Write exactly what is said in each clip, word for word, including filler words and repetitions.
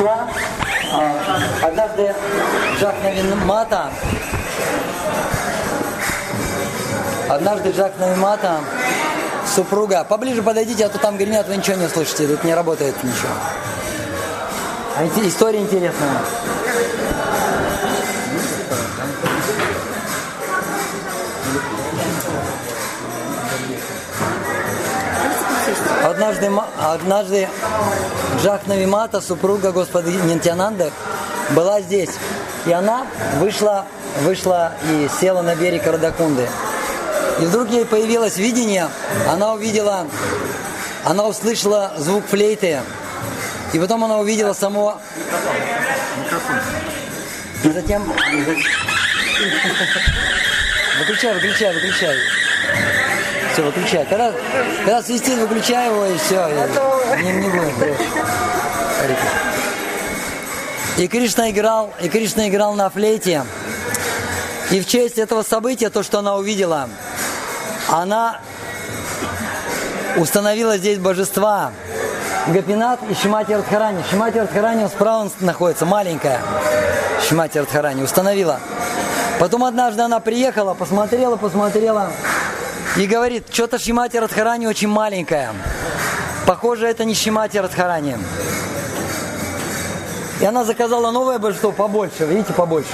божества. Однажды Джахнави Мата, однажды Джахнави Мата, супруга, поближе подойдите, а то там гремят, вы ничего не услышите, тут не работает ничего. А история интересная. Однажды, однажды Джахнави Мата, супруга Господа Нитьянанды, была здесь. И она вышла, вышла и села на берег Радакунды. И вдруг ей появилось видение, она увидела, она услышала звук флейты. И потом она увидела само... И затем... Выключай, выключай, выключай. Все, выключай. Когда, когда свистит, выключай его, и все. И, не, не будем. И Кришна играл, и Кришна играл на флейте. И в честь этого события, то, что она увидела, она установила здесь божества. Гопинат и Шримати Радхарани. Шримати Радхарани справа находится, маленькая. Шримати Радхарани установила. Потом однажды она приехала, посмотрела, посмотрела и говорит, что-то Шримати Радхарани очень маленькая. Похоже, это не Шримати Радхарани. И она заказала новое божество побольше, видите, побольше.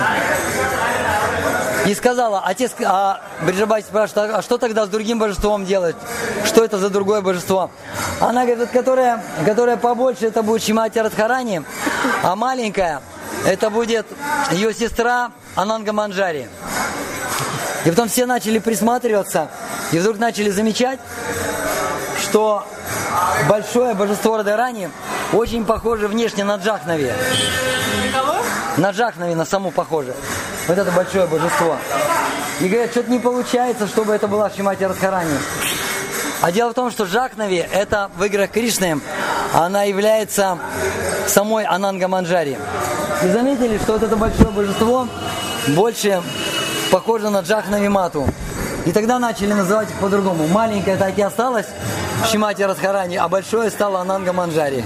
И сказала, отец, а Бриджабхати спрашивает, а что тогда с другим божеством делать? Что это за другое божество? Она говорит, которое, которое побольше, это будет Шримати Радхарани, а маленькая, это будет ее сестра Ананга Манджари. И потом все начали присматриваться, и вдруг начали замечать, что большое божество Радхарани очень похоже внешне на Джахнави. На Джахнави, на саму похоже. Вот это большое божество. И говорят, что-то не получается, чтобы это была Шримати Радхарани. А дело в том, что Джахнави, это в играх Кришны, она является самой Ананга Манджари. И заметили, что вот это большое божество больше похоже на Джахнави Мату. И тогда начали называть их по-другому. Маленькая так и осталась Шримати Радхарани, а большое стало Ананга Манджари.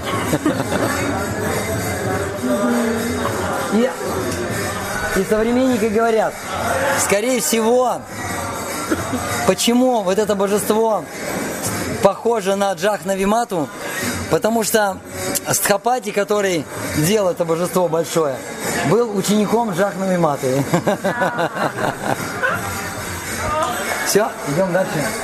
И, и современники говорят, скорее всего, почему вот это божество похоже на Джахнави Мату, потому что Стхапати, который делал это божество большое, был учеником Джахнави Маты. Все, идем дальше.